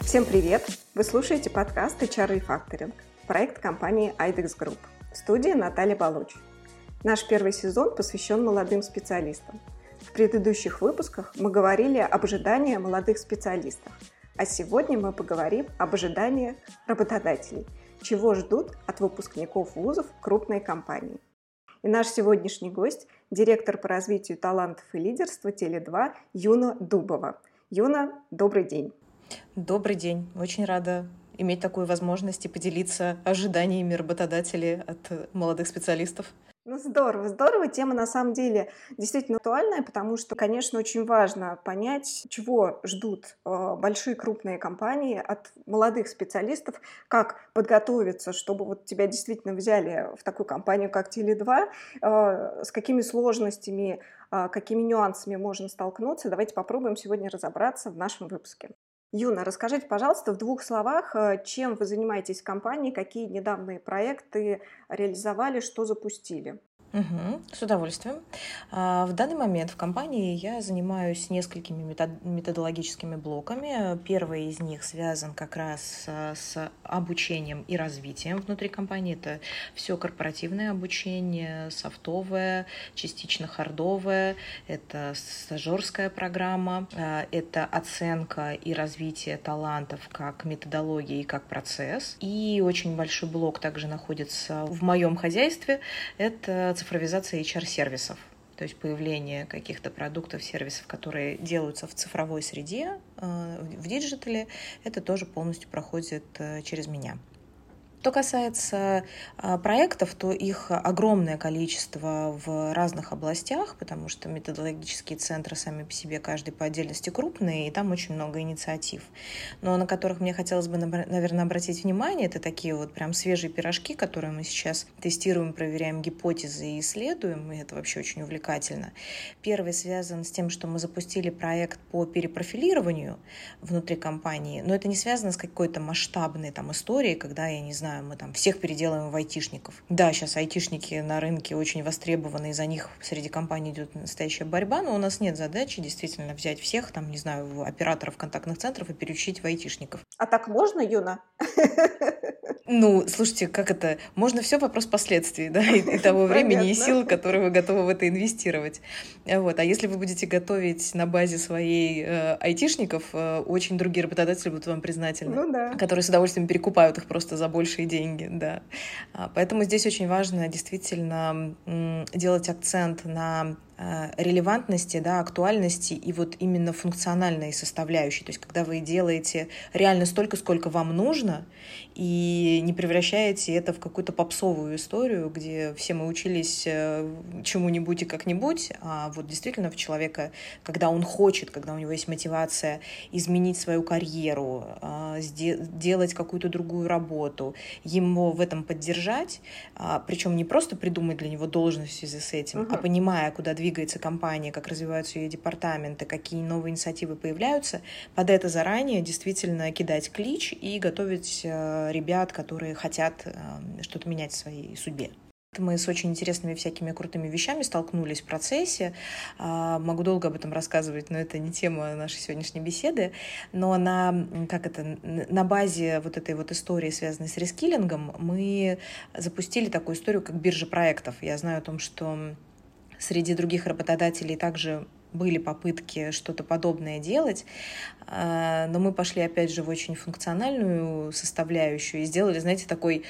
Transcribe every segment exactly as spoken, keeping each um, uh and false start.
Всем привет! Вы слушаете подкаст эйч ар Refactoring, проект компании Айдекс Групп. В студии Наталья Балуч. Наш первый сезон посвящен молодым специалистам. В предыдущих выпусках мы говорили об ожидании молодых специалистов, а сегодня мы поговорим об ожиданиях работодателей, чего ждут от выпускников вузов крупной компании. И наш сегодняшний гость – директор по развитию талантов и лидерства Теле два Юна Дубова. Юна, добрый день. Добрый день. Очень рада иметь такую возможность и поделиться ожиданиями работодателей от молодых специалистов. Ну, здорово, здорово. Тема на самом деле действительно актуальная, потому что, конечно, очень важно понять, чего ждут э, большие крупные компании от молодых специалистов, как подготовиться, чтобы вот тебя действительно взяли в такую компанию, как Теле два, э, с какими сложностями, э, какими нюансами можно столкнуться. Давайте попробуем сегодня разобраться в нашем выпуске. Юна, расскажите, пожалуйста, в двух словах, чем вы занимаетесь в компании, какие недавние проекты реализовали, что запустили? Угу, с удовольствием. В данный момент в компании я занимаюсь несколькими методологическими блоками. Первый из них связан как раз с обучением и развитием внутри компании. Это все корпоративное обучение, софтовое, частично хардовое, это стажерская программа, это оценка и развитие талантов как методология и как процесс. И очень большой блок также находится в моем хозяйстве. Это цифровизация эйч ар-сервисов, то есть появление каких-то продуктов, сервисов, которые делаются в цифровой среде, в диджитале, это тоже полностью проходит через меня. Что касается проектов, то их огромное количество в разных областях, потому что методологические центры сами по себе, каждый по отдельности крупные, и там очень много инициатив. Но на которых мне хотелось бы, наверное, обратить внимание, это такие вот прям свежие пирожки, которые мы сейчас тестируем, проверяем гипотезы и исследуем, и это вообще очень увлекательно. Первый связан с тем, что мы запустили проект по перепрофилированию внутри компании, но это не связано с какой-то масштабной там историей, когда, я не знаю, мы там всех переделаем в айтишников. Да, сейчас айтишники на рынке очень востребованы, и за них среди компаний идет настоящая борьба, но у нас нет задачи действительно взять всех, там, не знаю, операторов контактных центров и переучить в айтишников. А так можно, Юна? Ну, слушайте, как это? Можно все, вопрос последствий, да, и, и того времени и сил, которые вы готовы в это инвестировать. Вот. А если вы будете готовить на базе своей э, айтишников, э, очень другие работодатели будут вам признательны, ну, да. которые с удовольствием перекупают их просто за большие деньги, да. А, поэтому здесь очень важно действительно м, делать акцент на релевантности, да, актуальности и вот именно функциональной составляющей. То есть когда вы делаете реально столько, сколько вам нужно, и не превращаете это в какую-то попсовую историю, где все мы учились чему-нибудь и как-нибудь, а вот действительно в человека, когда он хочет, когда у него есть мотивация изменить свою карьеру, делать какую-то другую работу, ему в этом поддержать, причем не просто придумать для него должность в связи с этим, угу. а понимая, куда двигаться, двигается компания, как развиваются ее департаменты, какие новые инициативы появляются, под это заранее действительно кидать клич и готовить ребят, которые хотят что-то менять в своей судьбе. Мы с очень интересными всякими крутыми вещами столкнулись в процессе. Могу долго об этом рассказывать, но это не тема нашей сегодняшней беседы. Но на, как это, на базе вот этой вот истории, связанной с рескиллингом, мы запустили такую историю, как биржа проектов. Я знаю о том, что среди других работодателей также были попытки что-то подобное делать, но мы пошли, опять же, в очень функциональную составляющую и сделали, знаете, такой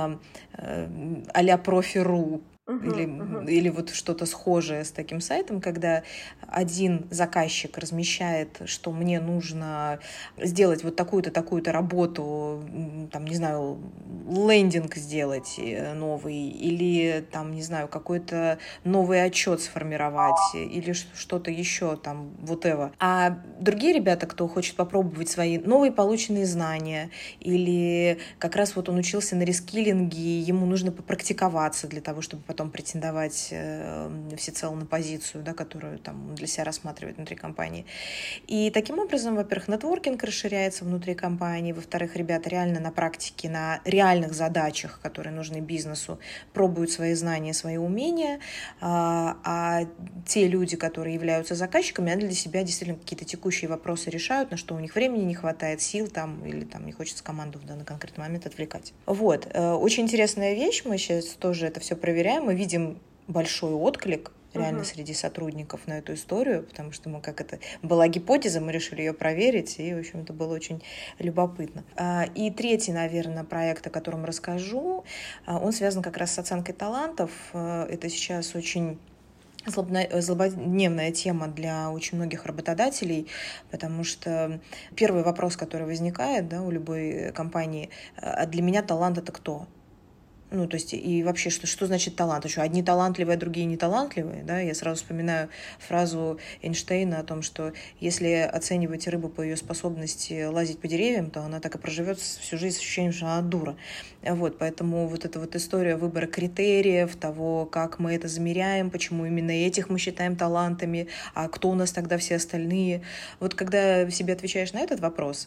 а-ля профи.ру, Uh-huh, или, uh-huh. или вот что-то схожее с таким сайтом, когда один заказчик размещает, что мне нужно сделать вот такую-то, такую-то работу, там, не знаю, лендинг сделать новый, или, там, не знаю, какой-то новый отчет сформировать, или что-то еще, там, whatever. А другие ребята, кто хочет попробовать свои новые полученные знания, или как раз вот он учился на рескиллинге, ему нужно попрактиковаться для того, чтобы потом претендовать э, всецело на позицию, да, которую там для себя рассматривает внутри компании. И таким образом, во-первых, нетворкинг расширяется внутри компании, во-вторых, ребята реально на практике, на реальных задачах, которые нужны бизнесу, пробуют свои знания, свои умения, а, а те люди, которые являются заказчиками, они для себя действительно какие-то текущие вопросы решают, на что у них времени не хватает, сил там, или там не хочется команду в данный конкретный момент отвлекать. Вот. Очень интересная вещь, мы сейчас тоже это все проверяем, мы видим большой отклик реально uh-huh. среди сотрудников на эту историю, потому что мы, как это была гипотеза, мы решили ее проверить, и, в общем, это было очень любопытно. И третий, наверное, проект, о котором расскажу, он связан как раз с оценкой талантов. Это сейчас очень злободневная тема для очень многих работодателей, потому что первый вопрос, который возникает, да, у любой компании: а для меня талант — это кто? Ну, то есть, и вообще, что, что значит талант? Еще одни талантливые, а другие неталантливые, да? Я сразу вспоминаю фразу Эйнштейна о том, что если оценивать рыбу по ее способности лазить по деревьям, то она так и проживет всю жизнь с ощущением, что она дура. Вот, поэтому вот эта вот история выбора критериев, того, как мы это замеряем, почему именно этих мы считаем талантами, а кто у нас тогда все остальные. Вот когда себе отвечаешь на этот вопрос,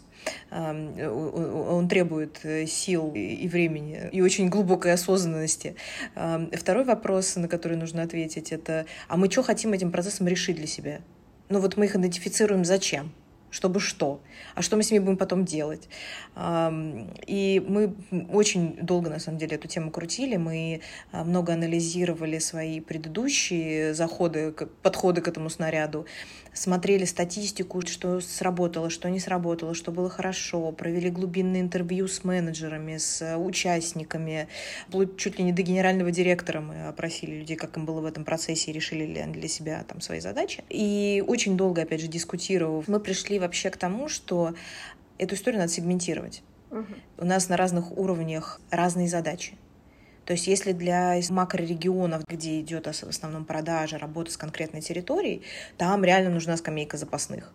он требует сил и времени, и очень глубокой осознанности. Второй вопрос, на который нужно ответить, это: а мы что хотим этим процессом решить для себя? Ну вот мы их идентифицируем зачем? Чтобы что? А что мы с ними будем потом делать? И мы очень долго, на самом деле, эту тему крутили. Мы много анализировали свои предыдущие заходы, подходы к этому снаряду, смотрели статистику, что сработало, что не сработало, что было хорошо, провели глубинные интервью с менеджерами, с участниками, чуть ли не до генерального директора мы опросили людей, как им было в этом процессе, и решили ли они для себя там свои задачи. И очень долго, опять же, дискутировав, мы пришли вообще к тому, что эту историю надо сегментировать. Угу. У нас на разных уровнях разные задачи. То есть если для макрорегионов, где идет в основном продажа, работа с конкретной территорией, там реально нужна скамейка запасных.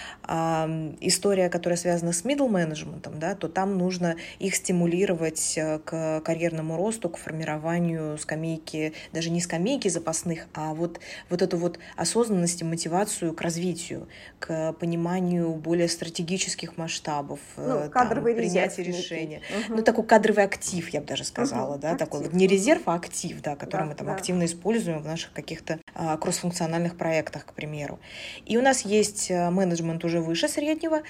А история, которая связана с middle менеджментом, да, то там нужно их стимулировать к карьерному росту, к формированию скамейки, даже не скамейки запасных, а вот, вот эту вот осознанность и мотивацию к развитию, к пониманию более стратегических масштабов, ну, там, принятия решения. Угу. Ну, такой кадровый актив, я бы даже сказала, угу, да, актив. Такой вот не резерв, а актив, да, который да, мы там да. активно используем в наших каких-то а, кроссфункциональных проектах, к примеру. И у нас есть менеджмент менеджмент уже выше среднего,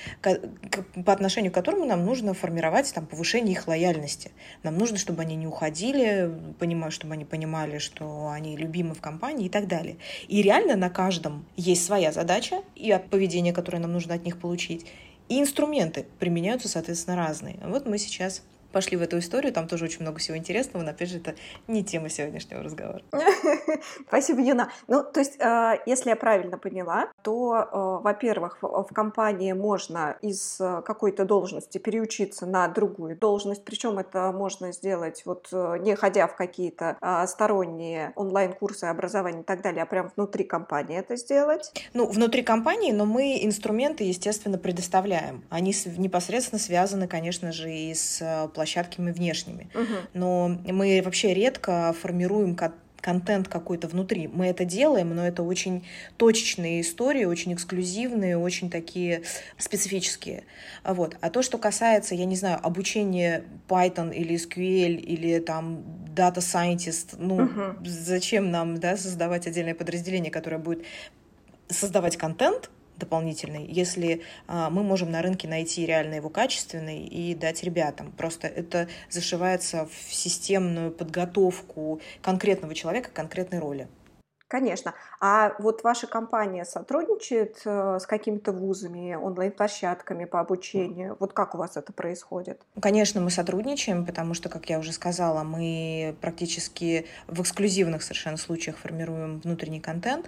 по отношению к которому нам нужно формировать там, повышение их лояльности. Нам нужно, чтобы они не уходили, понимаю, чтобы они понимали, что они любимы в компании и так далее. И реально на каждом есть своя задача и поведение, которое нам нужно от них получить. И инструменты применяются, соответственно, разные. Вот мы сейчас пошли в эту историю, там тоже очень много всего интересного, но, опять же, это не тема сегодняшнего разговора. Спасибо, Юна. Ну, то есть, если я правильно поняла, то, во-первых, в компании можно из какой-то должности переучиться на другую должность, причем это можно сделать, вот не ходя в какие-то сторонние онлайн-курсы образования и так далее, а прям внутри компании это сделать. Ну, внутри компании, но мы инструменты, естественно, предоставляем. Они непосредственно связаны, конечно же, и с площадками внешними. Угу. Но мы вообще редко формируем контент какой-то внутри. Мы это делаем, но это очень точечные истории, очень эксклюзивные, очень такие специфические. Вот. А то, что касается, я не знаю, обучения Python или эс кью эль или там Data Scientist, ну, угу. зачем нам, да, создавать отдельное подразделение, которое будет создавать контент дополнительный, если а, мы можем на рынке найти реально его качественный и дать ребятам. Просто это зашивается в системную подготовку конкретного человека к конкретной роли. Конечно. А вот ваша компания сотрудничает с какими-то вузами, онлайн-площадками по обучению? Вот как у вас это происходит? Конечно, мы сотрудничаем, потому что, как я уже сказала, мы практически в эксклюзивных совершенно случаях формируем внутренний контент.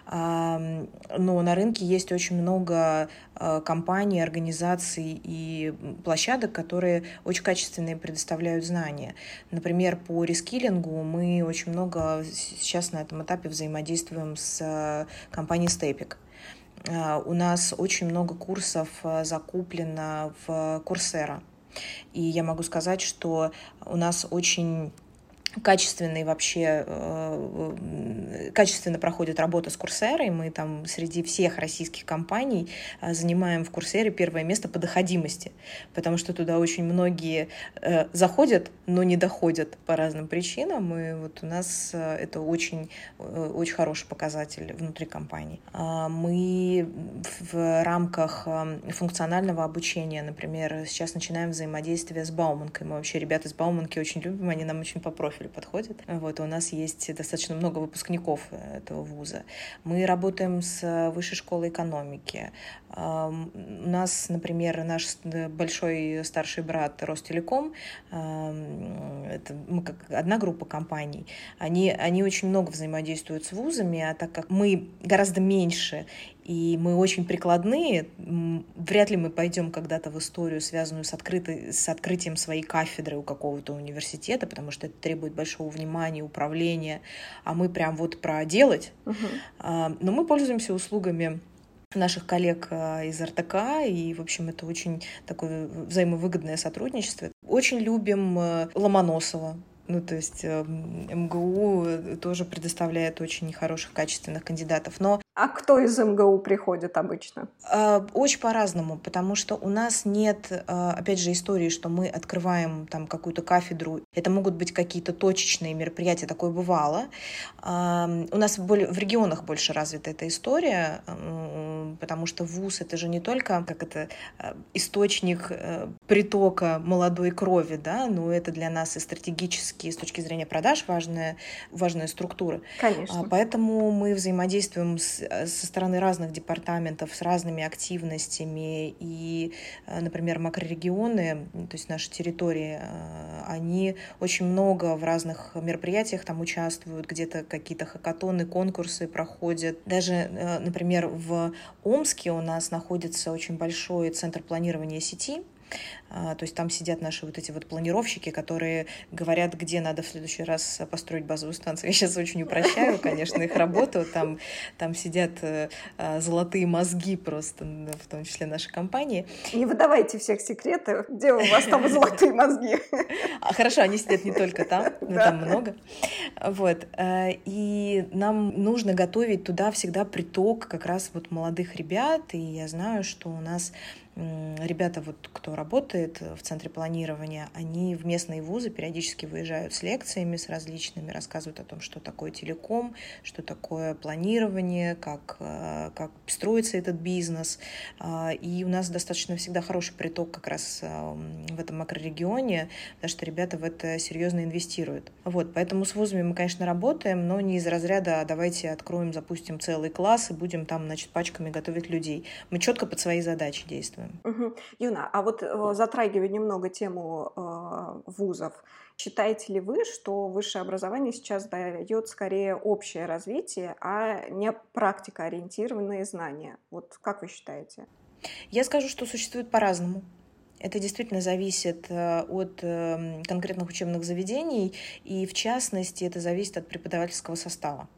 Но на рынке есть очень много компаний, организаций и площадок, которые очень качественные предоставляют знания. Например, по рескиллингу мы очень много сейчас на этом этапе взаимодействуем взаимодействуем с компанией Stepik. У нас очень много курсов закуплено в Coursera. И я могу сказать, что у нас очень качественный вообще, качественно проходит работа с Курсерой. Мы там среди всех российских компаний занимаем в Курсере первое место по доходимости, потому что туда очень многие заходят, но не доходят по разным причинам, и вот у нас это очень, очень хороший показатель внутри компании. Мы в рамках функционального обучения, например, сейчас начинаем взаимодействие с Бауманкой. Мы вообще ребят из Бауманки очень любим, они нам очень по профилю подходят. Вот, у нас есть достаточно много выпускников этого вуза. Мы работаем с Высшей школой экономики. У нас, например, наш большой старший брат Ростелеком, это мы как одна группа компаний, они, они очень много взаимодействуют с вузами, а так как мы гораздо меньше и мы очень прикладные, вряд ли мы пойдем когда-то в историю, связанную с, открытой, с открытием своей кафедры у какого-то университета, потому что это требует большого внимания, управления, а мы прям вот про делать. Uh-huh. Но мы пользуемся услугами наших коллег из эр тэ ка, и, в общем, это очень такое взаимовыгодное сотрудничество. Очень любим Ломоносова. Ну, то есть эм гэ у тоже предоставляет очень хороших, качественных кандидатов. Но а кто из эм гэ у приходит обычно? Э, очень по-разному, потому что у нас нет, э, опять же, истории, что мы открываем там какую-то кафедру. Это могут быть какие-то точечные мероприятия, такое бывало. Э, у нас более, в регионах больше развита эта история, э, потому что вуз — это же не только как это, э, источник э, притока молодой крови, да, но это для нас и стратегически, с точки зрения продаж важная, важная структура. Конечно. Поэтому мы взаимодействуем с, со стороны разных департаментов, с разными активностями. И, например, макрорегионы, то есть наши территории, они очень много в разных мероприятиях там участвуют, где-то какие-то хакатоны, конкурсы проходят. Даже, например, в Омске у нас находится очень большой центр планирования сети. То есть там сидят наши вот эти вот планировщики, которые говорят, где надо в следующий раз построить базовую станцию. Я сейчас очень упрощаю, конечно, их работу. Там, там сидят золотые мозги просто, в том числе нашей компании. Не выдавайте всех секретов, где у вас там золотые мозги. А, хорошо, они сидят не только там, но да. Там много. Вот. И нам нужно готовить туда всегда приток как раз вот молодых ребят. И я знаю, что у нас ребята, вот, кто работает в центре планирования, они в местные вузы периодически выезжают с лекциями, с различными, рассказывают о том, что такое телеком, что такое планирование, как, как строится этот бизнес. И у нас достаточно всегда хороший приток как раз в этом макрорегионе, потому что ребята в это серьезно инвестируют. Вот, поэтому с вузами мы, конечно, работаем, но не из разряда «давайте откроем, запустим целый класс и будем там, значит, пачками готовить людей». Мы четко под свои задачи действуем. Угу. Юна, а вот э, затрагивая немного тему э, вузов, считаете ли вы, что высшее образование сейчас дает скорее общее развитие, а не практикоориентированные знания? Вот как вы считаете? Я скажу, что существует по-разному. Это действительно зависит от конкретных учебных заведений, и в частности это зависит от преподавательского состава.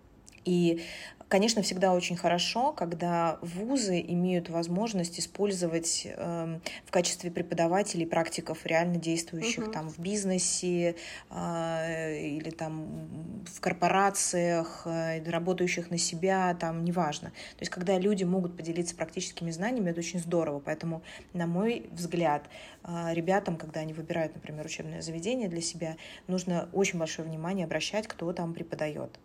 И, конечно, всегда очень хорошо, когда вузы имеют возможность использовать э, в качестве преподавателей практиков, реально действующих uh-huh. там в бизнесе э, или там в корпорациях, э, работающих на себя, там неважно. То есть, когда люди могут поделиться практическими знаниями, это очень здорово. Поэтому, на мой взгляд, э, ребятам, когда они выбирают, например, учебное заведение для себя, нужно очень большое внимание обращать, кто там преподает.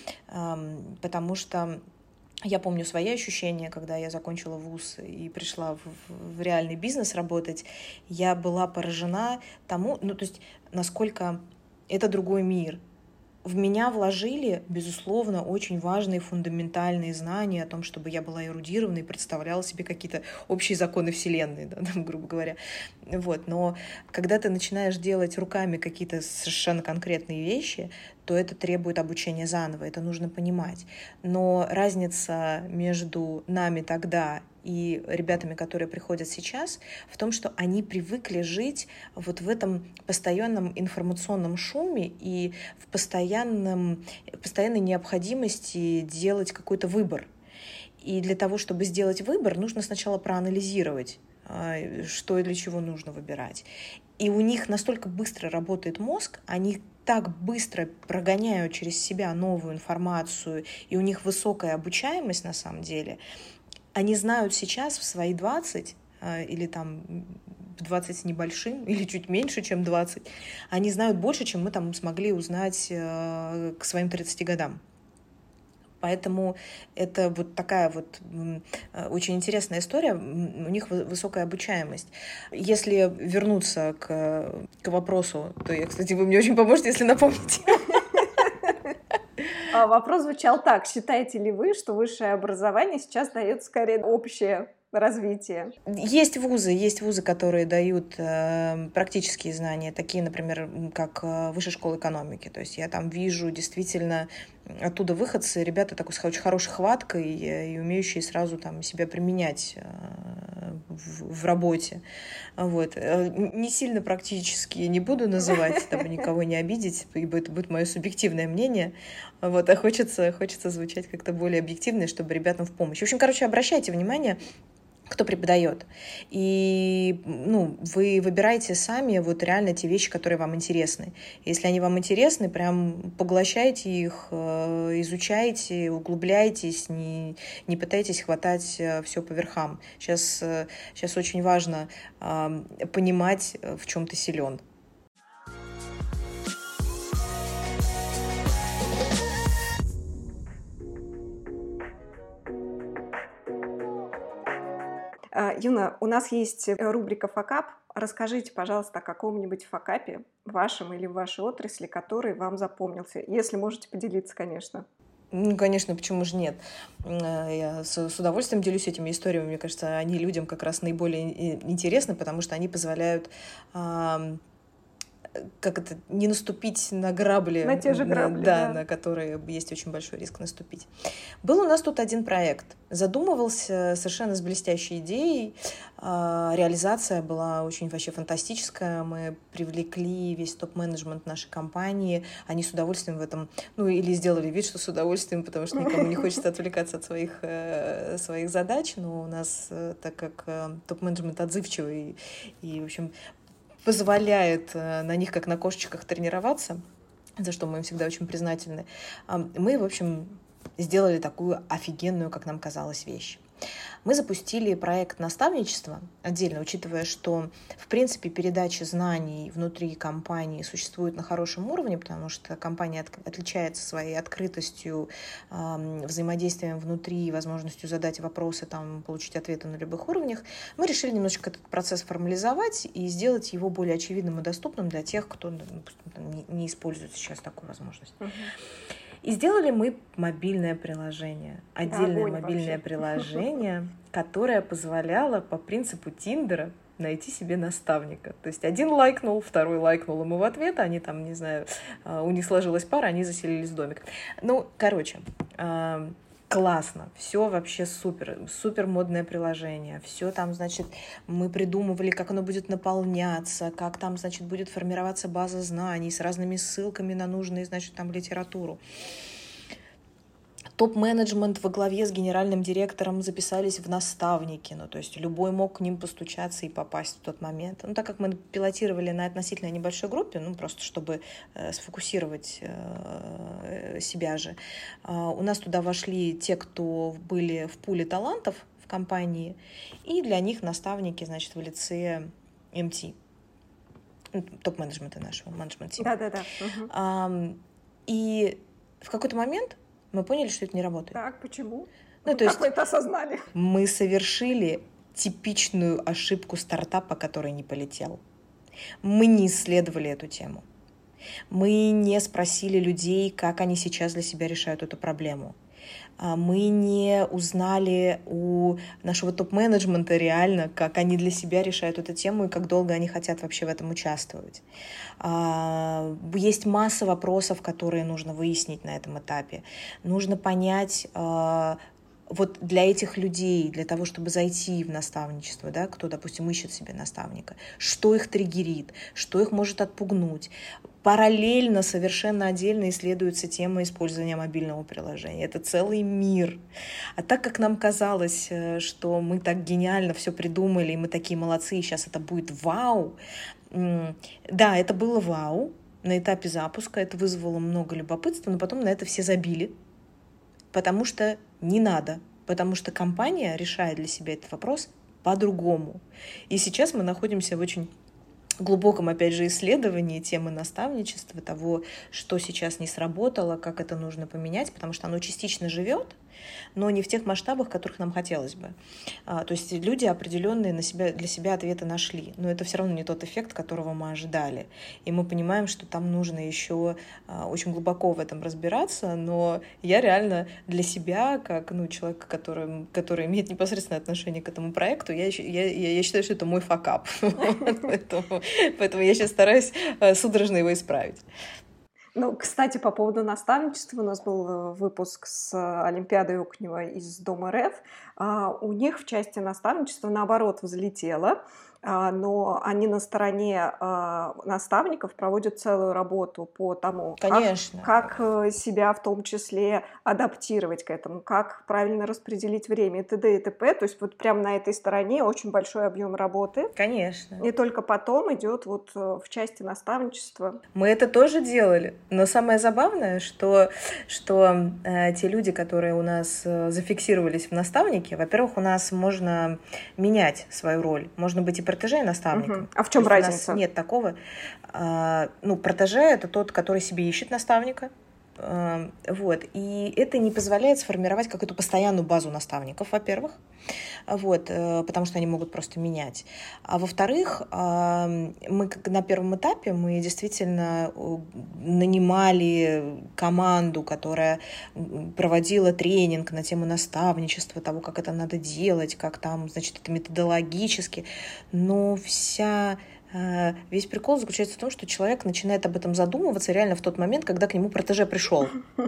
Потому что я помню свои ощущения, когда я закончила вуз и пришла в, в реальный бизнес работать, я была поражена тому, ну, то есть, насколько это другой мир. В меня вложили, безусловно, очень важные фундаментальные знания о том, чтобы я была эрудированной и представляла себе какие-то общие законы Вселенной, да, там, грубо говоря. Вот. Но когда ты начинаешь делать руками какие-то совершенно конкретные вещи, то это требует обучения заново, это нужно понимать. Но разница между нами тогда и ребятами, которые приходят сейчас, в том, что они привыкли жить вот в этом постоянном информационном шуме и в постоянном, постоянной необходимости делать какой-то выбор. И для того, чтобы сделать выбор, нужно сначала проанализировать что и для чего нужно выбирать. И у них настолько быстро работает мозг, они так быстро прогоняют через себя новую информацию, и у них высокая обучаемость на самом деле. Они знают сейчас в свои двадцать или там двадцать с небольшим, или чуть меньше, чем двадцать, они знают больше, чем мы там смогли узнать к своим тридцати годам. Поэтому это вот такая вот очень интересная история, у них высокая обучаемость. Если вернуться к, к вопросу, то я, кстати, вы мне очень поможете, если напомните. Вопрос звучал так: считаете ли вы, что высшее образование сейчас дает скорее общее развитие? Есть вузы, есть вузы, которые дают э, практические знания, такие, например, как э, Высшая школа экономики. То есть я там вижу действительно оттуда выходцы, ребята такой с очень хорошей хваткой и, и умеющие сразу там себя применять э, в, в работе. Вот. Не сильно практически не буду называть, чтобы никого не обидеть, ибо это будет мое субъективное мнение. Вот. А хочется, хочется звучать как-то более объективно, чтобы ребятам в помощь. В общем, короче, обращайте внимание, кто преподает. И ну, вы выбираете сами вот реально те вещи, которые вам интересны. Если они вам интересны, прям поглощайте их, изучайте, углубляйтесь, не, не пытайтесь хватать все по верхам. Сейчас, сейчас очень важно понимать, в чем ты силен. Юна, у нас есть рубрика «Факап». Расскажите, пожалуйста, о каком-нибудь факапе вашем или в вашей отрасли, который вам запомнился. Если можете поделиться, конечно. Ну, конечно, почему же нет? Я с, с удовольствием делюсь этими историями. Мне кажется, они людям как раз наиболее интересны, потому что они позволяют... А, как это, не наступить на грабли, на те же грабли, на, да, да. на которые есть очень большой риск наступить. Был у нас тут один проект. Задумывался совершенно с блестящей идеей. Реализация была очень вообще фантастическая. Мы привлекли весь топ-менеджмент нашей компании. Они с удовольствием в этом, ну или сделали вид, что с удовольствием, потому что никому не хочется отвлекаться от своих, своих задач. Но у нас, так как топ-менеджмент отзывчивый и, в общем, позволяет на них, как на кошечках, тренироваться, за что мы им всегда очень признательны. Мы, в общем, сделали такую офигенную, как нам казалось, вещь. Мы запустили проект наставничества отдельно, учитывая, что, в принципе, передача знаний внутри компании существует на хорошем уровне, потому что компания от, отличается своей открытостью, э, взаимодействием внутри, возможностью задать вопросы, там, получить ответы на любых уровнях. Мы решили немножечко этот процесс формализовать и сделать его более очевидным и доступным для тех, кто не, не использует сейчас такую возможность. Uh-huh. И сделали мы мобильное приложение, отдельное Огонь мобильное вообще. приложение, которое позволяло по принципу Тиндера найти себе наставника. То есть один лайкнул, второй лайкнул ему в ответ, они там, не знаю, у них сложилась пара, они заселились в домик. Ну, короче, классно, все вообще супер, супер модное приложение, все там, значит, мы придумывали, как оно будет наполняться, как там, значит, будет формироваться база знаний с разными ссылками на нужную, значит, там литературу. Топ-менеджмент во главе с генеральным директором записались в наставники, ну, то есть любой мог к ним постучаться и попасть в тот момент. Ну, так как мы пилотировали на относительно небольшой группе, ну, просто чтобы э, сфокусировать э, себя же, э, у нас туда вошли те, кто были в пуле талантов в компании, и для них наставники, значит, в лице эм ти, топ-менеджмента нашего, менеджмент-тима. Да-да-да. Угу. А, и в какой-то момент мы поняли, что это не работает. Так, почему? Ну, Вы то есть как вы это осознали? Мы совершили типичную ошибку стартапа, который не полетел. Мы не исследовали эту тему. Мы не спросили людей, как они сейчас для себя решают эту проблему. Мы не узнали у нашего топ-менеджмента реально, как они для себя решают эту тему и как долго они хотят вообще в этом участвовать. Есть масса вопросов, которые нужно выяснить на этом этапе. Нужно понять, вот для этих людей, для того, чтобы зайти в наставничество, да, кто, допустим, ищет себе наставника, что их триггерит, что их может отпугнуть. Параллельно, совершенно отдельно исследуется тема использования мобильного приложения. Это целый мир. А так как нам казалось, что мы так гениально все придумали, и мы такие молодцы, и сейчас это будет вау, да, это было вау на этапе запуска, это вызвало много любопытства, но потом на это все забили, потому что не надо, потому что компания решает для себя этот вопрос по-другому. И сейчас мы находимся в очень глубоком, опять же, исследовании темы наставничества, того, что сейчас не сработало, как это нужно поменять, потому что оно частично живет, но не в тех масштабах, которых нам хотелось бы. А, то есть люди определенные на себя, для себя ответы нашли, но это все равно не тот эффект, которого мы ожидали. И мы понимаем, что там нужно еще а, очень глубоко в этом разбираться, но я реально для себя, как ну, человек, который, который имеет непосредственное отношение к этому проекту, я, я, я считаю, что это мой факап. Поэтому я сейчас стараюсь судорожно его исправить. Ну, кстати, по поводу наставничества, у нас был выпуск с Олимпиадой Окунева из Дома РФ. У них в части наставничества, наоборот, взлетело, но они на стороне наставников проводят целую работу по тому, как, как себя в том числе адаптировать к этому, как правильно распределить время и т.д. и т.п. То есть вот прямо на этой стороне очень большой объем работы. Конечно. И только потом идет вот в части наставничества. Мы это тоже делали, но самое забавное, что, что э, те люди, которые у нас зафиксировались в наставнике, во-первых, у нас можно менять свою роль, можно быть и протеже, и наставником. Угу. А в чем разница? У нас нет такого. Э, ну, протеже — это тот, который себе ищет наставника. Вот. И это не позволяет сформировать какую-то постоянную базу наставников, во-первых, вот, потому что они могут просто менять. А во-вторых, мы как на первом этапе мы действительно нанимали команду, которая проводила тренинг на тему наставничества, того, как это надо делать, как там, значит, это методологически, но вся... Весь прикол заключается в том, что человек начинает об этом задумываться реально в тот момент, когда к нему протеже пришел.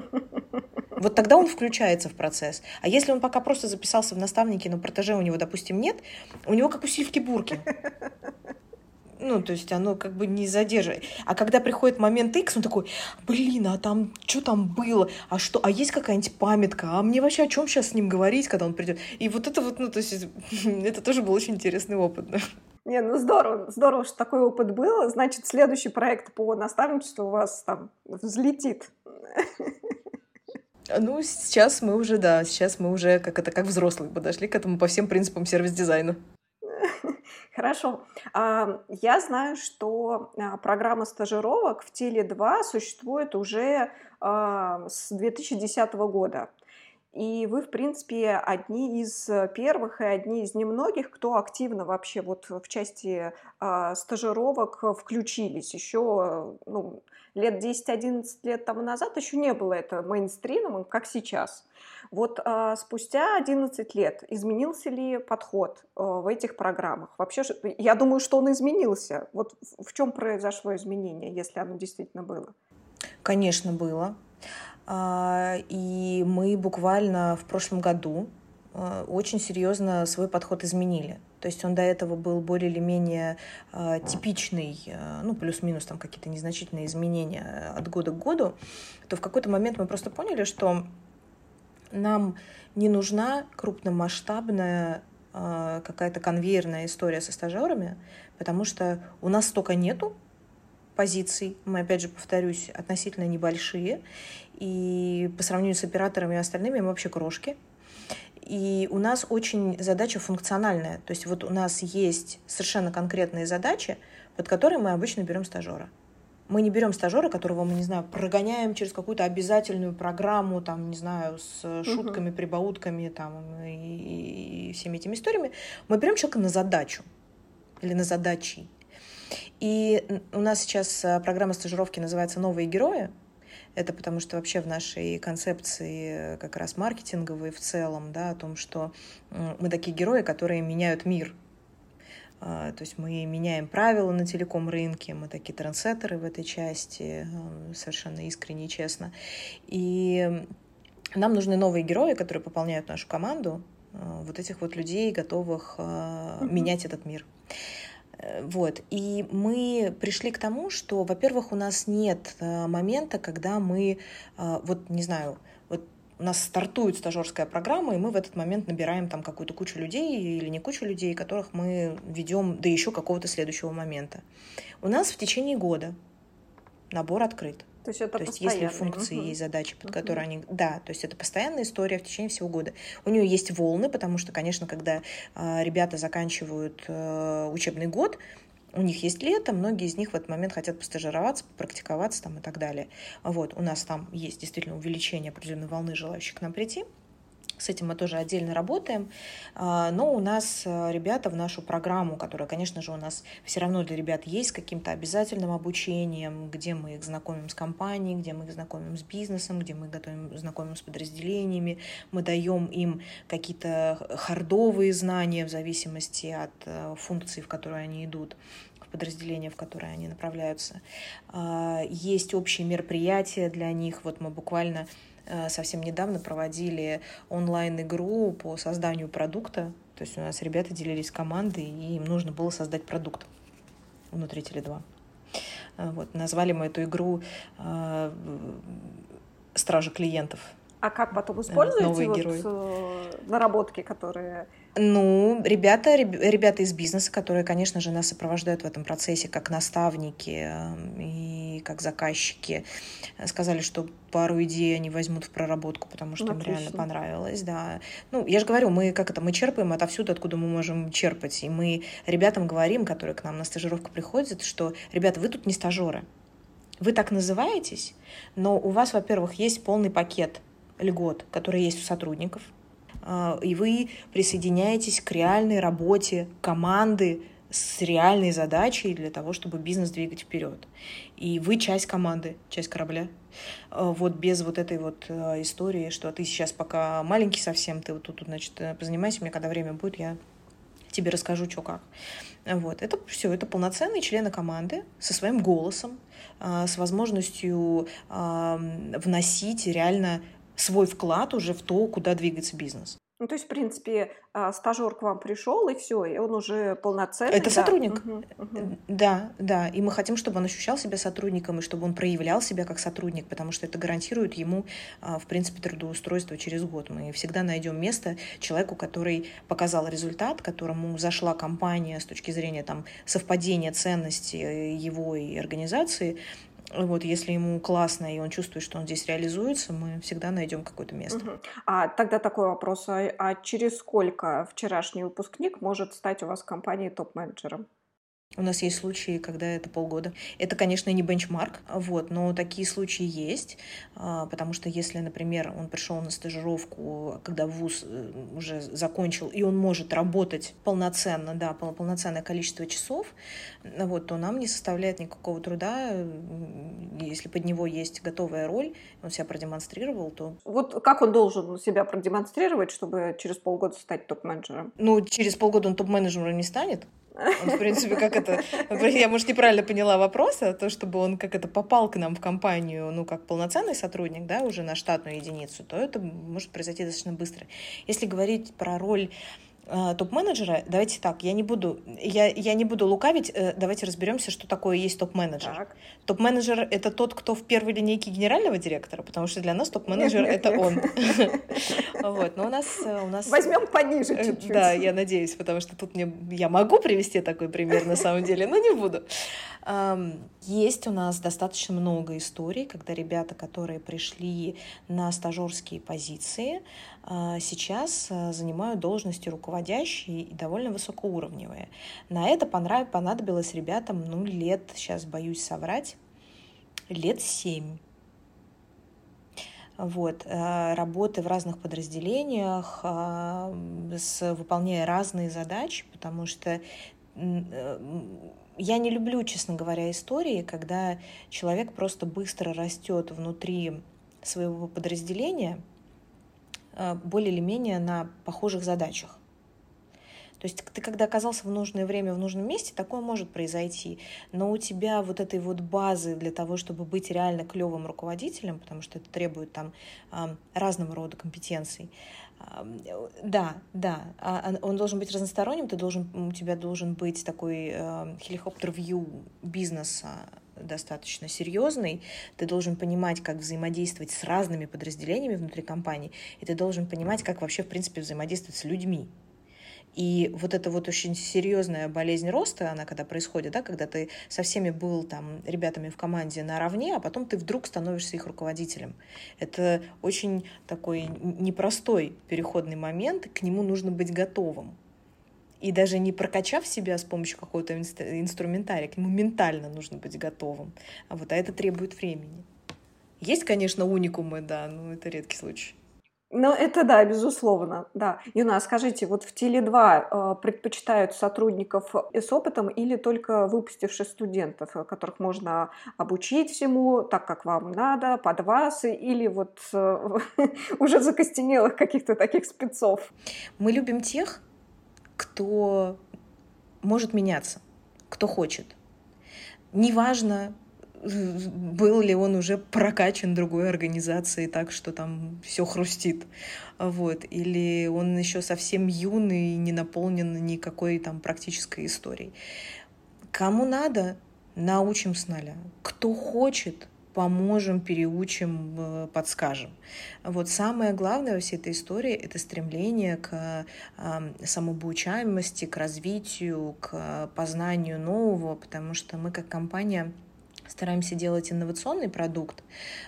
Вот тогда он включается в процесс. А если он пока просто записался в наставники, но протеже у него, допустим, нет, у него как у Сивки-Бурки. Ну, то есть оно как бы не задерживает. А когда приходит момент X, он такой: блин, а там что там было? А что? А есть какая-нибудь памятка? А мне вообще о чем сейчас с ним говорить, когда он придет? И вот это вот, ну, то есть это тоже был очень интересный опыт. Не, ну здорово, здорово, что такой опыт был. Значит, следующий проект по наставничеству у вас там взлетит. Ну, сейчас мы уже, да, сейчас мы уже как это, как взрослые подошли к этому по всем принципам сервис-дизайна. Хорошо. Я знаю, что программа стажировок в Теле два существует уже с две тысячи десятого года. И вы, в принципе, одни из первых и одни из немногих, кто активно вообще вот в части э, стажировок включились. Еще ну, лет десять-одиннадцать лет тому назад еще не было это мейнстримом, как сейчас. Вот э, спустя одиннадцать лет изменился ли подход э, в этих программах? Вообще, я думаю, что он изменился. Вот в чем произошло изменение, если оно действительно было? Конечно, было. И мы буквально в прошлом году очень серьезно свой подход изменили. То есть он до этого был более или менее типичный, ну, плюс-минус там какие-то незначительные изменения от года к году, то в какой-то момент мы просто поняли, что нам не нужна крупномасштабная какая-то конвейерная история со стажерами, потому что у нас столько нету позиций, мы, опять же, повторюсь, относительно небольшие, и по сравнению с операторами и остальными мы вообще крошки. И у нас очень задача функциональная, то есть вот у нас есть совершенно конкретные задачи, под которые мы обычно берем стажера. Мы не берем стажера, которого мы, не знаю, прогоняем через какую-то обязательную программу, там, не знаю, с шутками, прибаутками там, и, и всеми этими историями. Мы берем человека на задачу или на задачи. И у нас сейчас программа стажировки называется «Новые герои». Это потому что вообще в нашей концепции как раз маркетинговой в целом, да, о том, что мы такие герои, которые меняют мир. То есть мы меняем правила на телеком-рынке, мы такие трендсеттеры в этой части, совершенно искренне и честно. И нам нужны новые герои, которые пополняют нашу команду, вот этих вот людей, готовых mm-hmm. менять этот мир. Вот. И мы пришли к тому, что, во-первых, у нас нет момента, когда мы, вот, не знаю, вот у нас стартует стажерская программа, и мы в этот момент набираем там какую-то кучу людей или не кучу людей, которых мы ведем до еще какого-то следующего момента. У нас в течение года набор открыт. То есть это то есть если функции uh-huh. есть задачи, под uh-huh. которые они... Да, то есть это постоянная история в течение всего года. У нее есть волны, потому что, конечно, когда э, ребята заканчивают э, учебный год, у них есть лето, многие из них в этот момент хотят постажироваться, попрактиковаться там, и так далее. Вот, у нас там есть действительно увеличение определенной волны желающих к нам прийти. С этим мы тоже отдельно работаем, но у нас ребята в нашу программу, которая, конечно же, у нас все равно для ребят есть с каким-то обязательным обучением, где мы их знакомим с компанией, где мы их знакомим с бизнесом, где мы готовим, знакомим с подразделениями, мы даем им какие-то хардовые знания в зависимости от функции, в которую они идут, в подразделения, в которые они направляются. Есть общие мероприятия для них, вот мы буквально совсем недавно проводили онлайн-игру по созданию продукта. То есть у нас ребята делились командой, и им нужно было создать продукт внутри Теле два. Вот. Назвали мы эту игру э, «Стражи клиентов». А как потом используете Новые вот герои. наработки, которые... Ну, ребята, ребята из бизнеса, которые, конечно же, нас сопровождают в этом процессе как наставники и как заказчики, сказали, что пару идей они возьмут в проработку, потому что ну, им отлично. Реально понравилось, да. Ну, я же говорю, мы как это, мы черпаем отовсюду, откуда мы можем черпать, и мы ребятам говорим, которые к нам на стажировку приходят, что, ребята, вы тут не стажеры, вы так называетесь, но у вас, во-первых, есть полный пакет льгот, которые есть у сотрудников, и вы присоединяетесь к реальной работе команды с реальной задачей для того, чтобы бизнес двигать вперед. И вы часть команды, часть корабля. Вот без вот этой вот истории, что ты сейчас пока маленький совсем, ты вот тут, значит, позанимайся, мне когда время будет, я тебе расскажу, что как. Вот. Это все, это полноценные члены команды со своим голосом, с возможностью вносить реально свой вклад уже в то, куда двигается бизнес. Ну, то есть, в принципе, стажер к вам пришел, и все, и он уже полноценный. Это да? сотрудник. Угу, угу. Да, да. И мы хотим, чтобы он ощущал себя сотрудником, и чтобы он проявлял себя как сотрудник, потому что это гарантирует ему, в принципе, трудоустройство через год. Мы всегда найдем место человеку, который показал результат, которому зашла компания с точки зрения там, совпадения ценностей его и организации. Вот, если ему классно, и он чувствует, что он здесь реализуется, мы всегда найдем какое-то место. Угу. А тогда такой вопрос. А, а через сколько вчерашний выпускник может стать у вас в компании топ-менеджером? У нас есть случаи, когда это полгода. Это, конечно, не бенчмарк, вот, но такие случаи есть, потому что если, например, он пришел на стажировку, когда вуз уже закончил, и он может работать полноценно, да, полноценное количество часов, вот, то нам не составляет никакого труда, если под него есть готовая роль, он себя продемонстрировал, то... Вот как он должен себя продемонстрировать, чтобы через полгода стать топ-менеджером? Ну, через полгода он топ-менеджером не станет. Он, в принципе, как это... Я, может, неправильно поняла вопрос, а то, чтобы он как это попал к нам в компанию, ну, как полноценный сотрудник, да, уже на штатную единицу, то это может произойти достаточно быстро. Если говорить про роль топ-менеджера, давайте так, я не буду, я, я не буду лукавить, давайте разберемся, что такое есть топ-менеджер. Так. Топ-менеджер — это тот, кто в первой линейке генерального директора, потому что для нас топ-менеджер — это он. Вот, но у нас... Возьмем пониже чуть-чуть. Да, я надеюсь, потому что тут мне я могу привести такой пример на самом деле, но не буду. Есть у нас достаточно много историй, когда ребята, которые пришли на стажерские позиции, сейчас занимают должности руководящие и довольно высокоуровневые. На это понадобилось ребятам, ну, лет, сейчас боюсь соврать, лет семь. Вот, работы в разных подразделениях, с, выполняя разные задачи, потому что я не люблю, честно говоря, истории, когда человек просто быстро растет внутри своего подразделения более или менее на похожих задачах. То То есть ты, когда оказался в нужное время, в нужном месте, такое может произойти. Но у тебя вот этой вот базы для того, чтобы быть реально клевым руководителем, потому что это требует там разного рода компетенций. Да, да, он должен быть разносторонним, ты должен, у тебя должен быть такой helicopter-view бизнеса, достаточно серьезный, ты должен понимать, как взаимодействовать с разными подразделениями внутри компании, и ты должен понимать, как вообще, в принципе, взаимодействовать с людьми. И вот эта вот очень серьезная болезнь роста, она когда происходит, да, когда ты со всеми был там ребятами в команде наравне, а потом ты вдруг становишься их руководителем. Это очень такой непростой переходный момент, к нему нужно быть готовым. И даже не прокачав себя с помощью какого-то инструментария, к нему ментально нужно быть готовым. А вот а это требует времени. Есть, конечно, уникумы, да, но это редкий случай. Ну, это да, безусловно, да. Юна, скажите, вот в Теле два э, предпочитают сотрудников с опытом или только выпустивших студентов, которых можно обучить всему так, как вам надо, под вас, или вот э, уже закостенелых каких-то таких спецов? Мы любим тех, кто может меняться, кто хочет. Неважно, был ли он уже прокачан другой организацией так, что там все хрустит, вот, или он еще совсем юный и не наполнен никакой там практической историей. Кому надо, научим с нуля. Кто хочет, поможем, переучим, подскажем. Вот самое главное во всей этой истории — это стремление к самообучаемости, к развитию, к познанию нового, потому что мы как компания стараемся делать инновационный продукт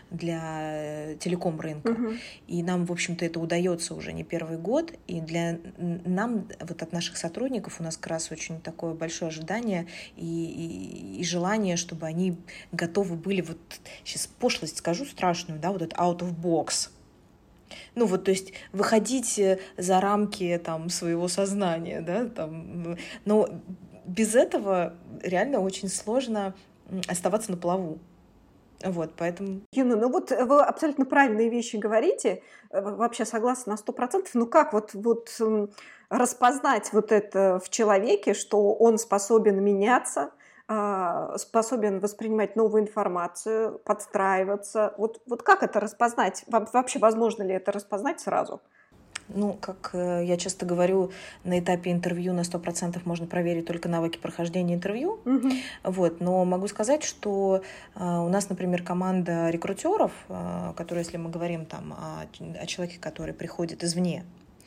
для телеком-рынка. Uh-huh. И нам, в общем-то, это удается уже не первый год. И для нам, вот от наших сотрудников, у нас как раз очень такое большое ожидание и, и, и желание, чтобы они готовы были, вот сейчас пошлость скажу страшную, да, вот это out of box. Ну вот, то есть выходить за рамки там своего сознания, да, там, но без этого реально очень сложно оставаться на плаву. Вот, поэтому... Юна, ну вот вы абсолютно правильные вещи говорите, вообще согласна на сто процентов, ну как вот, вот распознать вот это в человеке, что он способен меняться, способен воспринимать новую информацию, подстраиваться, вот, вот как это распознать? Вообще возможно ли это распознать сразу? Ну, как я часто говорю, на этапе интервью на сто процентов можно проверить только навыки прохождения интервью. Угу. Вот. Но могу сказать, что у нас, например, команда рекрутеров, которые, если мы говорим там о, о человеке, который приходит извне,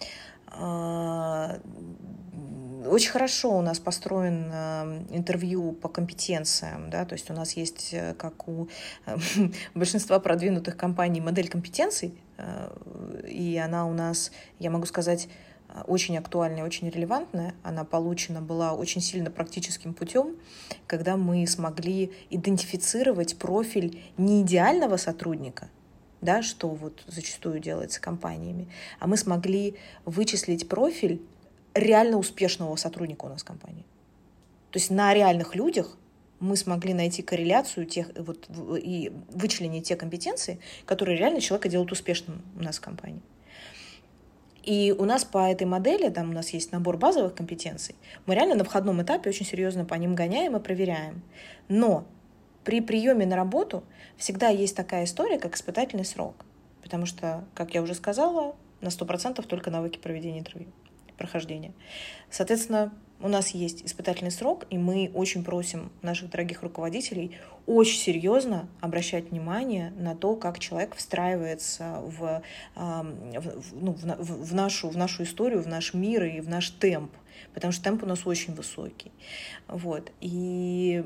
очень хорошо у нас построен интервью по компетенциям, да, то есть у нас есть, как у большинства продвинутых компаний, модель компетенций, и она у нас, я могу сказать, очень актуальная, очень релевантная. Она получена была очень сильно практическим путем, когда мы смогли идентифицировать профиль не идеального сотрудника, да, что вот зачастую делается компаниями, а мы смогли вычислить профиль реально успешного сотрудника у нас в компании. То есть на реальных людях мы смогли найти корреляцию тех, вот, и вычленить те компетенции, которые реально человека делают успешным у нас в компании. И у нас по этой модели, там у нас есть набор базовых компетенций, мы реально на входном этапе очень серьезно по ним гоняем и проверяем. Но при приеме на работу всегда есть такая история, как испытательный срок. Потому что, как я уже сказала, на сто процентов только навыки проведения интервью, прохождения. Соответственно, у нас есть испытательный срок, и мы очень просим наших дорогих руководителей очень серьезно обращать внимание на то, как человек встраивается в, в, ну, в, в, нашу, в нашу историю, в наш мир и в наш темп, потому что темп у нас очень высокий. Вот. И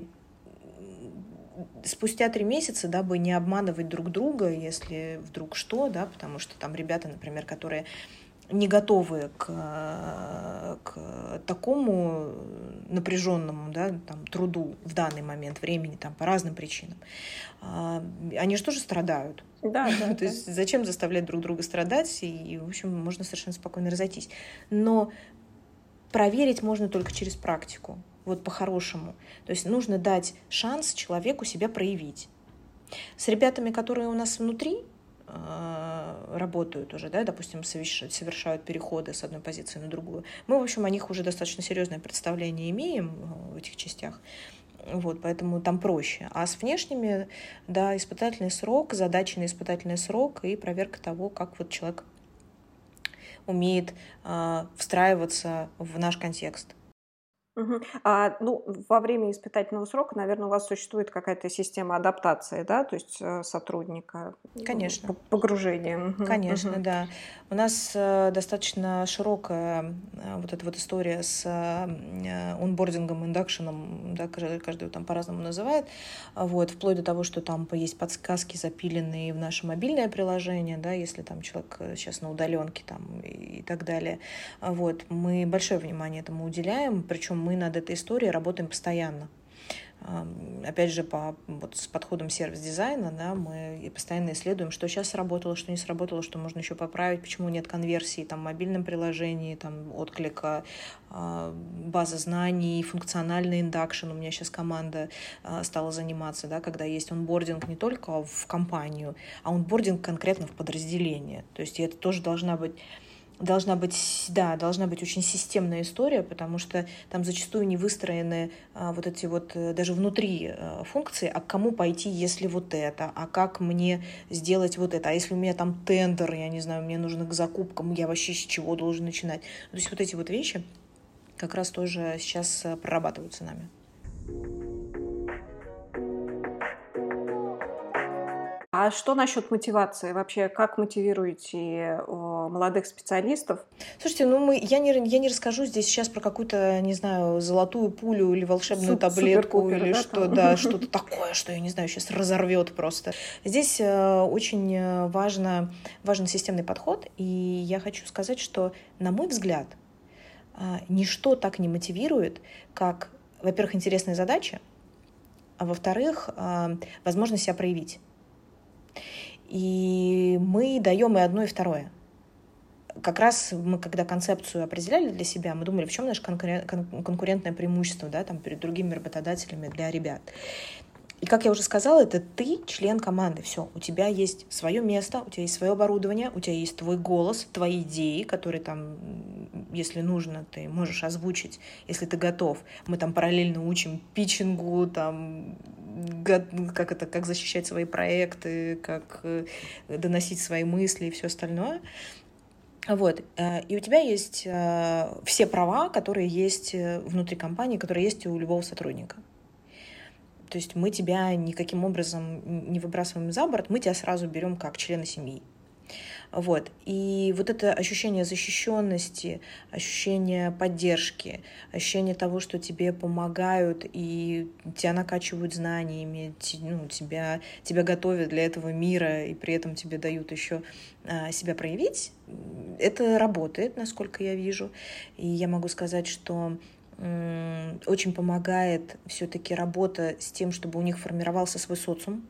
спустя три месяца, дабы не обманывать друг друга, если вдруг что, да, потому что там ребята, например, которые не готовы к, к такому напряженному, да, там, труду в данный момент времени там, по разным причинам, они же тоже страдают. Да, да, То да. есть зачем заставлять друг друга страдать, и, в общем, можно совершенно спокойно разойтись. Но проверить можно только через практику, вот по-хорошему. То есть нужно дать шанс человеку себя проявить. С ребятами, которые у нас внутри, э, работают уже, да, допустим, совершают, совершают переходы с одной позиции на другую. Мы, в общем, о них уже достаточно серьезное представление имеем в этих частях. Вот, поэтому там проще. А с внешними, да, испытательный срок, задачи на испытательный срок и проверка того, как вот человек умеет э, встраиваться в наш контекст. Мгм. А, ну, во время испытательного срока, наверное, у вас существует какая-то система адаптации, да, то есть э, сотрудника, м, Конечно. п- погружения. Мгм, Конечно, мгм. да. У нас э, достаточно широкая э, вот эта вот история с э, онбордингом, индакшеном, да, каждый, каждый его там по-разному называет, А вот, вплоть до того, что там по- есть подсказки, запиленные в наше мобильное приложение, да, если там человек э, сейчас на удаленке там и, и так далее. А Вот, мы большое внимание этому уделяем, причем мы над этой историей работаем постоянно. Ам, Опять же, по, вот с подходом сервис-дизайна, да, мы и постоянно исследуем, что сейчас сработало, что не сработало, что можно еще поправить, почему нет конверсии там, в мобильном приложении, там, отклика, а, база знаний, функциональный индакшн. У меня сейчас команда а, стала заниматься, да, когда есть онбординг не только в компанию, а онбординг конкретно в подразделение. То есть это тоже должна быть Должна быть, да, должна быть очень системная история, потому что там зачастую не выстроены а, вот эти вот э, даже внутри э, функции, а к кому пойти, если вот это, а как мне сделать вот это, а если у меня там тендер, я не знаю, мне нужно к закупкам, я вообще с чего должен начинать. То есть вот эти вот вещи как раз тоже сейчас э, прорабатываются нами. А что насчет мотивации? Вообще, как мотивируете э, молодых специалистов? Слушайте, ну мы, я не, я не расскажу здесь сейчас про какую-то, не знаю, золотую пулю или волшебную Суп- таблетку Супер-пупер, или да, что, там? да, что-то такое, что, я не знаю, сейчас разорвет просто. Здесь э, очень э, важно, важен системный подход, и я хочу сказать, что, на мой взгляд, э, ничто так не мотивирует, как, во-первых, интересные задачи, а во-вторых, э, возможность себя проявить. И мы даем и одно, и второе. Как раз мы, когда концепцию определяли для себя, мы думали, в чем наше конкурен- кон- конкурентное преимущество, да, там, перед другими работодателями для ребят. И, как я уже сказала, это ты член команды. Все, у тебя есть свое место, у тебя есть свое оборудование, у тебя есть твой голос, твои идеи, которые там, если нужно, ты можешь озвучить, если ты готов. Мы там параллельно учим питчингу, там, как это, как защищать свои проекты, как э, доносить свои мысли и все остальное. Вот. И у тебя есть все права, которые есть внутри компании, которые есть у любого сотрудника. То есть мы тебя никаким образом не выбрасываем за борт, мы тебя сразу берем как члена семьи. Вот. И вот это ощущение защищенности, ощущение поддержки, ощущение того, что тебе помогают и тебя накачивают знаниями, ну, тебя, тебя готовят для этого мира и при этом тебе дают еще а, себя проявить, это работает, насколько я вижу. И я могу сказать, что м, очень помогает все-таки работа с тем, чтобы у них формировался свой социум.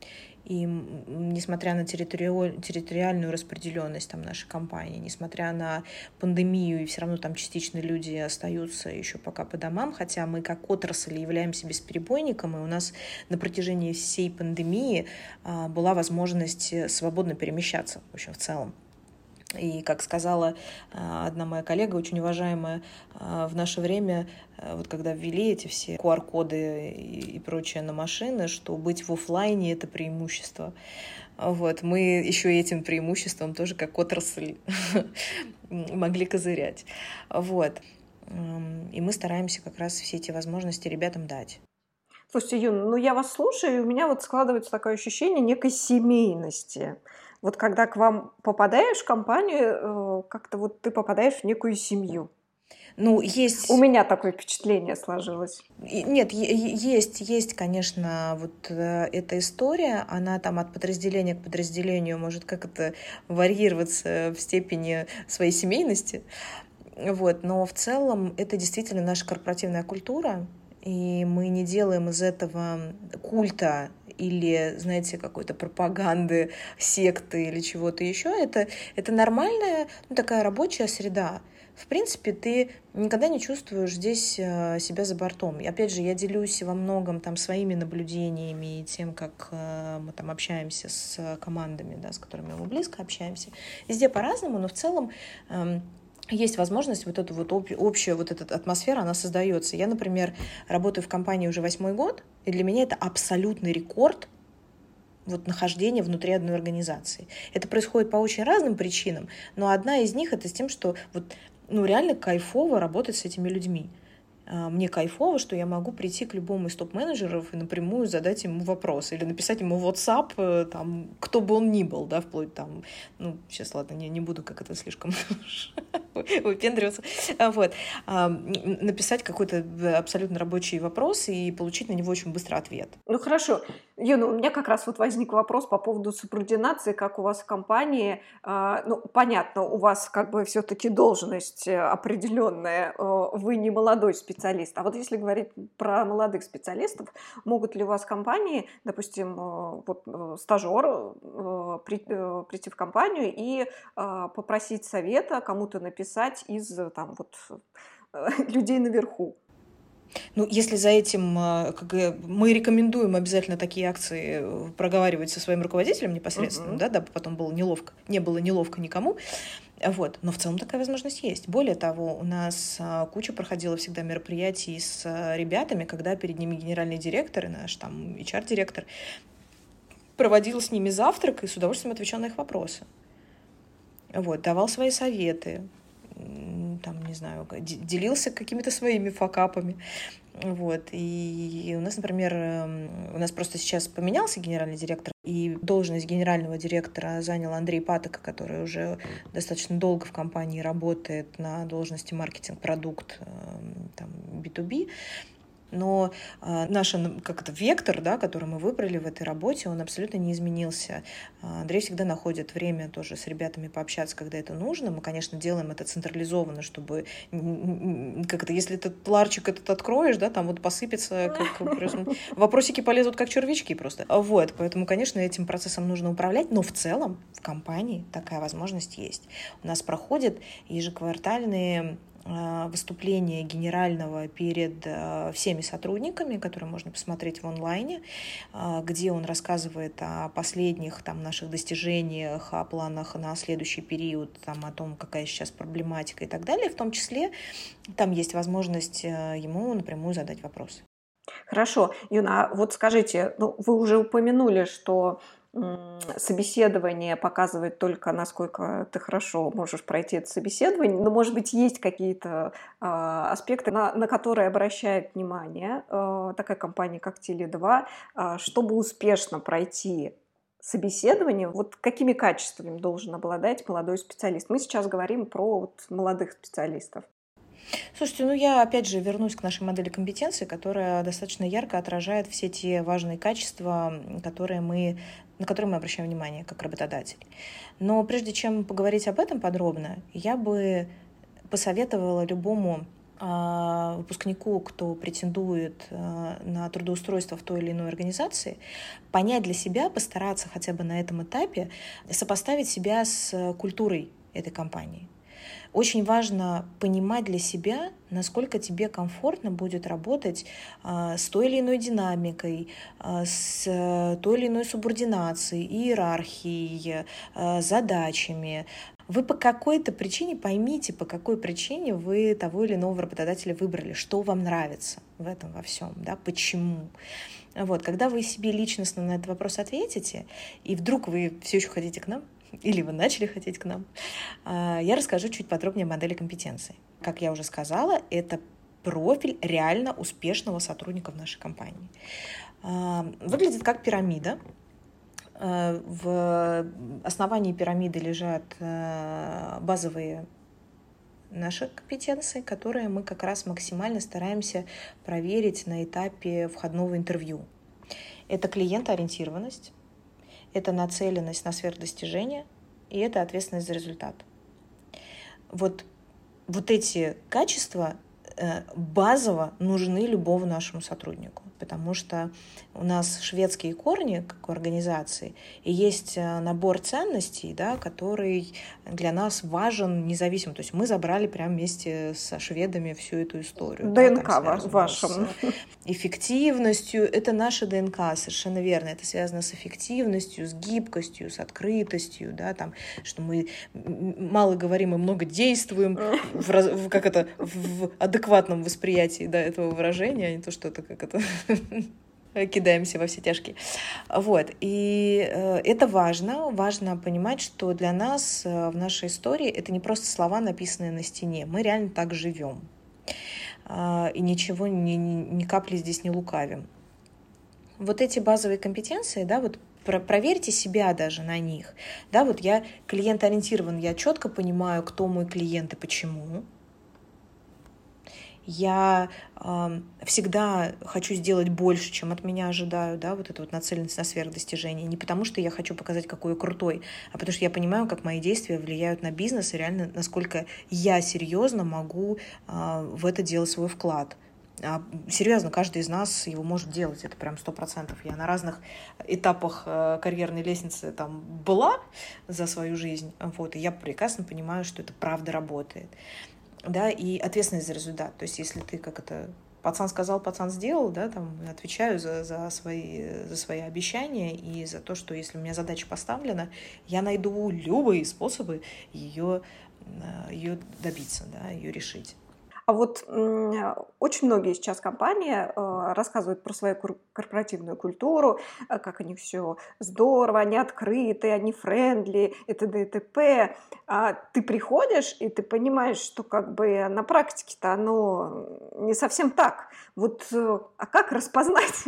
И несмотря на территори... территориальную распределенность там, нашей компании, несмотря на пандемию, и все равно там частично люди остаются еще пока по домам, хотя мы как отрасль являемся бесперебойником, и у нас на протяжении всей пандемии а, была возможность свободно перемещаться, в общем, в целом. И, как сказала одна моя коллега, очень уважаемая, в наше время, вот когда ввели эти все ку ар-коды и прочее на машины, что быть в офлайне — это преимущество. Вот. Мы еще этим преимуществом тоже как отрасль могли козырять. Вот. И мы стараемся как раз все эти возможности ребятам дать. Слушайте, Юн, ну я вас слушаю, и у меня вот складывается такое ощущение некой семейности. Вот когда к вам попадаешь в компанию, э, как-то вот ты попадаешь в некую семью. Ну, У есть... меня такое впечатление сложилось. Нет, есть, есть, конечно, вот э, эта история, она там от подразделения к подразделению может как-то варьироваться в степени своей семейности, вот, но в целом это действительно наша корпоративная культура, и мы не делаем из этого культа или, знаете, какой-то пропаганды, секты или чего-то еще. Это, это нормальная, ну, такая рабочая среда, в принципе, ты никогда не чувствуешь здесь себя за бортом. И опять же, я делюсь во многом там своими наблюдениями и тем, как мы там общаемся с командами, да, с которыми мы близко общаемся. Везде по-разному, но в целом есть возможность вот эту вот общую вот эта атмосфера, она создается. Я, например, работаю в компании уже восьмой год, и для меня это абсолютный рекорд вот нахождения внутри одной организации. Это происходит по очень разным причинам, но одна из них это с тем, что вот, ну, реально кайфово работать с этими людьми. Мне кайфово, что я могу прийти к любому из топ-менеджеров и напрямую задать ему вопрос или написать ему в WhatsApp, там, кто бы он ни был, да, вплоть там, ну, сейчас, ладно, не, не буду как это слишком выпендриваться, вот, написать какой-то абсолютно рабочий вопрос и получить на него очень быстро ответ. Ну, хорошо. Юна, у меня как раз вот возник вопрос по поводу субординации, как у вас в компании. Ну, понятно, у вас как бы все-таки должность определенная, вы не молодой специалист. А вот если говорить про молодых специалистов, могут ли у вас в компании, допустим, вот стажер прийти в компанию и попросить совета, кому-то написать из там вот людей наверху? Ну, если за этим как, мы рекомендуем обязательно такие акции проговаривать со своим руководителем непосредственно, uh-huh. да, дабы потом было неловко, не было неловко никому. Вот. Но в целом такая возможность есть. Более того, у нас куча проходила всегда мероприятий с ребятами, когда перед ними генеральный директор и наш там эйч ар-директор проводил с ними завтрак и с удовольствием отвечал на их вопросы. Вот. Давал свои советы. Там, не знаю, делился какими-то своими факапами. Вот. И у нас, например, у нас просто сейчас поменялся генеральный директор, и должность генерального директора занял Андрей Патока, который уже достаточно долго в компании работает на должности маркетинг-продукт там, би ту би. Но э, наш как это, вектор, да, который мы выбрали в этой работе, он абсолютно не изменился. Андрей всегда находит время тоже с ребятами пообщаться, когда это нужно. Мы, конечно, делаем это централизованно, чтобы как это, если этот ларчик этот откроешь, да, там вот посыпется, как, вопросики полезут как червячки просто. Вот, поэтому, конечно, этим процессом нужно управлять, но в целом в компании такая возможность есть. У нас проходят ежеквартальные выступление генерального перед всеми сотрудниками, которые можно посмотреть в онлайне, где он рассказывает о последних там, наших достижениях, о планах на следующий период, там, о том, какая сейчас проблематика и так далее. В том числе там есть возможность ему напрямую задать вопросы. Хорошо. Юна, вот скажите, ну, вы уже упомянули, что собеседование показывает только, насколько ты хорошо можешь пройти это собеседование, но, может быть, есть какие-то э, аспекты, на, на которые обращает внимание э, такая компания, как Теле два, э, чтобы успешно пройти собеседование, вот какими качествами должен обладать молодой специалист? Мы сейчас говорим про вот молодых специалистов. Слушайте, ну я опять же вернусь к нашей модели компетенции, которая достаточно ярко отражает все те важные качества, которые мы, на которые мы обращаем внимание как работодатель. Но прежде чем поговорить об этом подробно, я бы посоветовала любому э, выпускнику, кто претендует э, на трудоустройство в той или иной организации, понять для себя, постараться хотя бы на этом этапе сопоставить себя с культурой этой компании. Очень важно понимать для себя, насколько тебе комфортно будет работать а, с той или иной динамикой, а, с той или иной субординацией, иерархией, а, задачами. Вы по какой-то причине поймите, по какой причине вы того или иного работодателя выбрали, что вам нравится в этом во всем, да, почему. Вот, когда вы себе личностно на этот вопрос ответите, и вдруг вы все еще хотите к нам, или вы начали хотеть к нам, я расскажу чуть подробнее о модели компетенций. Как я уже сказала, это профиль реально успешного сотрудника в нашей компании. Выглядит как пирамида. В основании пирамиды лежат базовые наши компетенции, которые мы как раз максимально стараемся проверить на этапе входного интервью. Это клиентоориентированность, это нацеленность на сверхдостижение, и это ответственность за результат. Вот, вот эти качества э, базово нужны любому нашему сотруднику. потому что у нас шведские корни, как у организации, и есть набор ценностей, да, который для нас важен независимо. То есть мы забрали прямо вместе со шведами всю эту историю. Да, ДНК там ва- связанную с вашим. эффективностью. Это наша ДНК, совершенно верно. Это связано с эффективностью, с гибкостью, с открытостью, да, там, что мы мало говорим и много действуем в, раз- в- как это, в адекватном восприятии, да, этого выражения, а не то, что это как это кидаемся во все тяжкие. Вот. И э, это важно. Важно понимать, что для нас э, в нашей истории это не просто слова, написанные на стене. Мы реально так живем. Э, и ничего, ни, ни, ни капли здесь не лукавим. Вот эти базовые компетенции, да, вот про- проверьте себя даже на них. Да, вот я клиент-ориентирован, я четко понимаю, кто мой клиент и почему. Я э, всегда хочу сделать больше, чем от меня ожидают, да, вот эта вот нацеленность на сверхдостижение. Не потому, что я хочу показать, какой я крутой, а потому что я понимаю, как мои действия влияют на бизнес и реально, насколько я серьезно могу э, в это делать свой вклад. А, серьезно, каждый из нас его может делать, это прям сто процентов. Я на разных этапах э, карьерной лестницы там была за свою жизнь, вот, и я прекрасно понимаю, что это правда работает. Да, и ответственность за результат. То есть, если ты, как это, пацан сказал, пацан сделал, да, там, отвечаю за, за, свои, за свои обещания и за то, что если у меня задача поставлена, я найду любые способы ее, ее добиться, да, ее решить. А вот м, очень многие сейчас компании э, рассказывают про свою кор- корпоративную культуру, э, как у них все здорово, они открыты, они френдли и т.д. и т.п. А ты приходишь, и ты понимаешь, что как бы на практике-то оно не совсем так. Вот, э, а как распознать?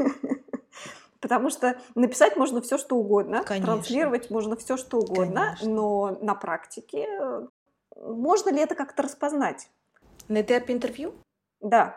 Потому что написать можно все, что угодно, Конечно, транслировать можно все, что угодно, конечно. но на практике э, можно ли это как-то распознать? На этапе интервью? Да.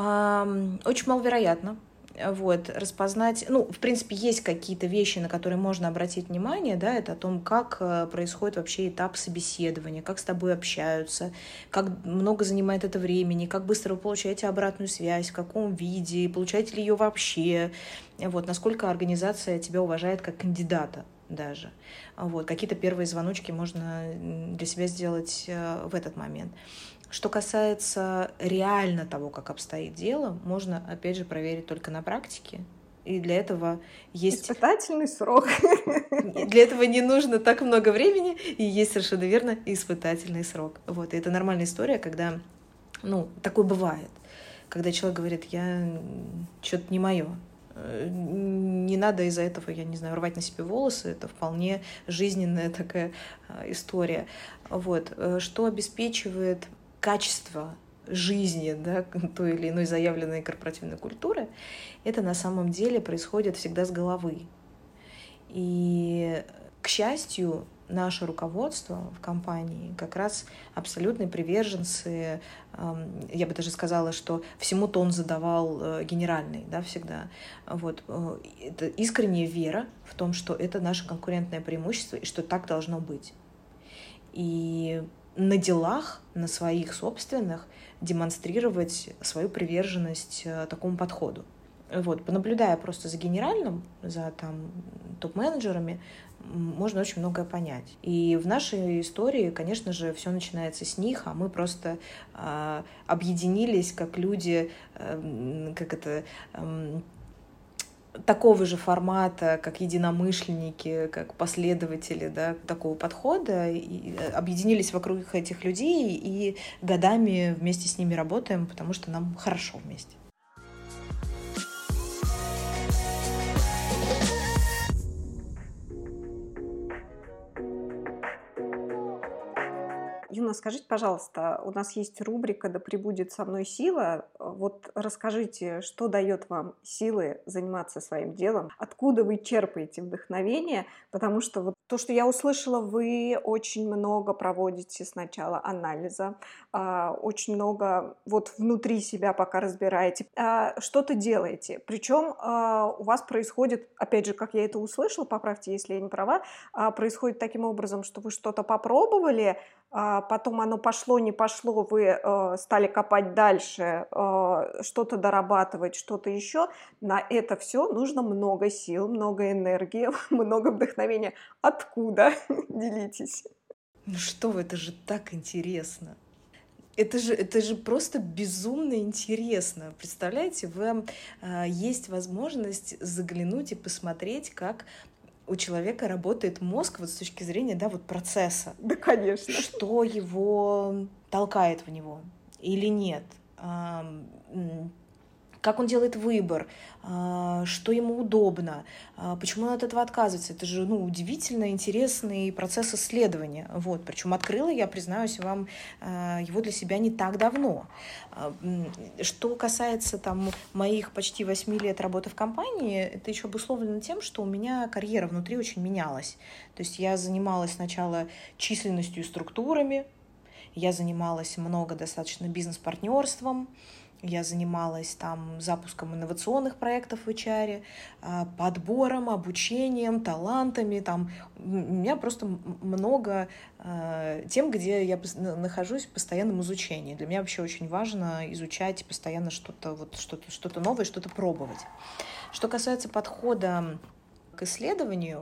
Ам, Очень маловероятно. Вот, распознать, ну, в принципе, есть какие-то вещи, на которые можно обратить внимание, да, это о том, как э, происходит вообще этап собеседования, как с тобой общаются, как много занимает это времени, как быстро вы получаете обратную связь, в каком виде, получаете ли ее вообще, вот, насколько организация тебя уважает как кандидата даже. Вот, какие-то первые звоночки можно для себя сделать э, в этот момент. Что касается реально того, как обстоит дело, можно, опять же, проверить только на практике. И для этого есть... Испытательный срок. Для этого не нужно так много времени, и есть совершенно верно испытательный срок. Вот. И это нормальная история, когда, ну, такое бывает. Когда человек говорит, я что-то не мое. Не надо из-за этого, я не знаю, рвать на себе волосы. Это вполне жизненная такая история. Вот. Что обеспечивает качество жизни, да, той или иной заявленной корпоративной культуры, это на самом деле происходит всегда с головы. И, к счастью, наше руководство в компании как раз абсолютные приверженцы, я бы даже сказала, что всему тон задавал генеральный, да, всегда. Вот. Это искренняя вера в том, что это наше конкурентное преимущество и что так должно быть. И на делах, на своих собственных, демонстрировать свою приверженность такому подходу. Вот, понаблюдая просто за генеральным, за там, топ-менеджерами, можно очень многое понять. И в нашей истории, конечно же, все начинается с них, а мы просто э, объединились как люди, э, как это... Э, такого же формата, как единомышленники, как последователи, да, такого подхода, и объединились вокруг этих людей и годами вместе с ними работаем, потому что нам хорошо вместе. Юна, скажите, пожалуйста, у нас есть рубрика «Да пребудет со мной сила». Вот расскажите, что дает вам силы заниматься своим делом? Откуда вы черпаете вдохновение? Потому что вот то, что я услышала, вы очень много проводите сначала анализа, а, очень много вот внутри себя пока разбираете, а, что-то делаете. Причем а, у вас происходит, опять же, как я это услышала, поправьте, если я не права, а, происходит таким образом, что вы что-то попробовали, а потом оно пошло, не пошло, вы э, стали копать дальше, э, что-то дорабатывать, что-то еще. На это все нужно много сил, много энергии, много вдохновения. Откуда? Делитесь. Ну что вы, это же так интересно. Это же, это же просто безумно интересно. Представляете, вам э, есть возможность заглянуть и посмотреть, как у человека работает мозг вот с точки зрения, да, вот процесса. Да, конечно. Что его толкает в него или нет. Ам, м, Как он делает выбор, а, что ему удобно, а, почему он от этого отказывается. Это же, ну, удивительно интересный процесс исследования. Вот. Причем открыла я, признаюсь вам, а, его для себя не так давно. А, м, Что касается там моих почти восьми лет работы в компании, это еще обусловлено тем, что у меня карьера внутри очень менялась. То есть я занималась сначала численностью и структурами, я занималась много достаточно бизнес-партнерством, я занималась там запуском инновационных проектов в эйч ар, а, подбором, обучением, талантами. Там у меня просто м- много а, тем, где я пос- на- нахожусь в постоянном изучении. Для меня вообще очень важно изучать постоянно что-то, вот, что-то, что-то новое, что-то пробовать. Что касается подхода к исследованию,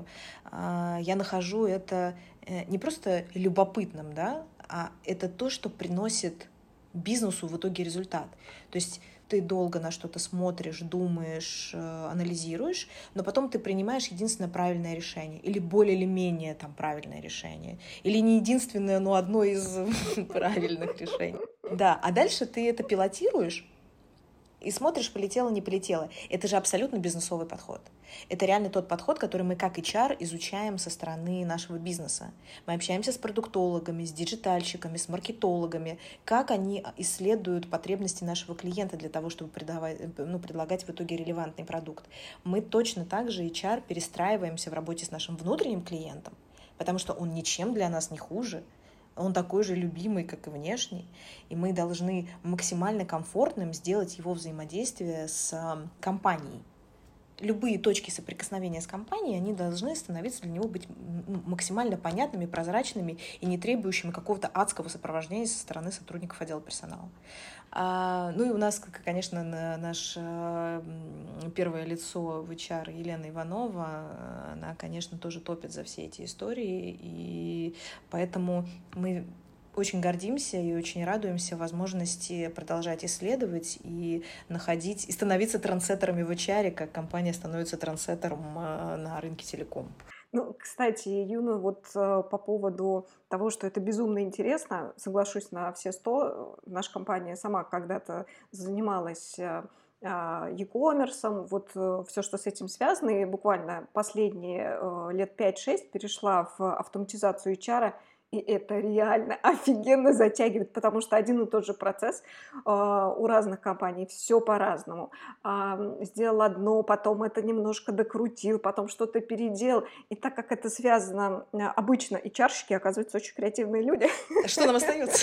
а, я нахожу это э, не просто любопытным, да, а это то, что приносит бизнесу в итоге результат. То есть ты долго на что-то смотришь, думаешь, э, анализируешь, но потом ты принимаешь единственное правильное решение или более или менее там правильное решение, или не единственное, но одно из правильных решений. Да, а дальше ты это пилотируешь и смотришь, полетело, не полетело. Это же абсолютно бизнесовый подход. Это реально тот подход, который мы как эйч ар изучаем со стороны нашего бизнеса. Мы общаемся с продуктологами, с диджитальщиками, с маркетологами, как они исследуют потребности нашего клиента для того, чтобы предавать, ну, предлагать в итоге релевантный продукт. Мы точно так же, эйч ар, перестраиваемся в работе с нашим внутренним клиентом, потому что он ничем для нас не хуже. Он такой же любимый, как и внешний, и мы должны максимально комфортным сделать его взаимодействие с компанией. Любые точки соприкосновения с компанией, они должны становиться для него быть максимально понятными, прозрачными и не требующими какого-то адского сопровождения со стороны сотрудников отдела персонала. А, ну и у нас, конечно, наше первое лицо в эйч ар Елена Иванова, она, конечно, тоже топит за все эти истории, и поэтому мы очень гордимся и очень радуемся возможности продолжать исследовать и находить, и становиться трендсеттерами в эйч ар, как компания становится трендсеттером на рынке телеком. Ну, кстати, Юна, вот э, по поводу того, что это безумно интересно, соглашусь на все сто. Наша компания сама когда-то занималась э, а, e-commerce, вот все, что с этим связано, и буквально последние э, лет пять-шесть перешла в автоматизацию эйч ар, и это реально офигенно затягивает, потому что один и тот же процесс э, у разных компаний, все по-разному. А, сделал одно, потом это немножко докрутил, потом что-то переделал. И так как это связано, а, обычно эйч ар-щики, оказываются, очень креативные люди. Что нам остается?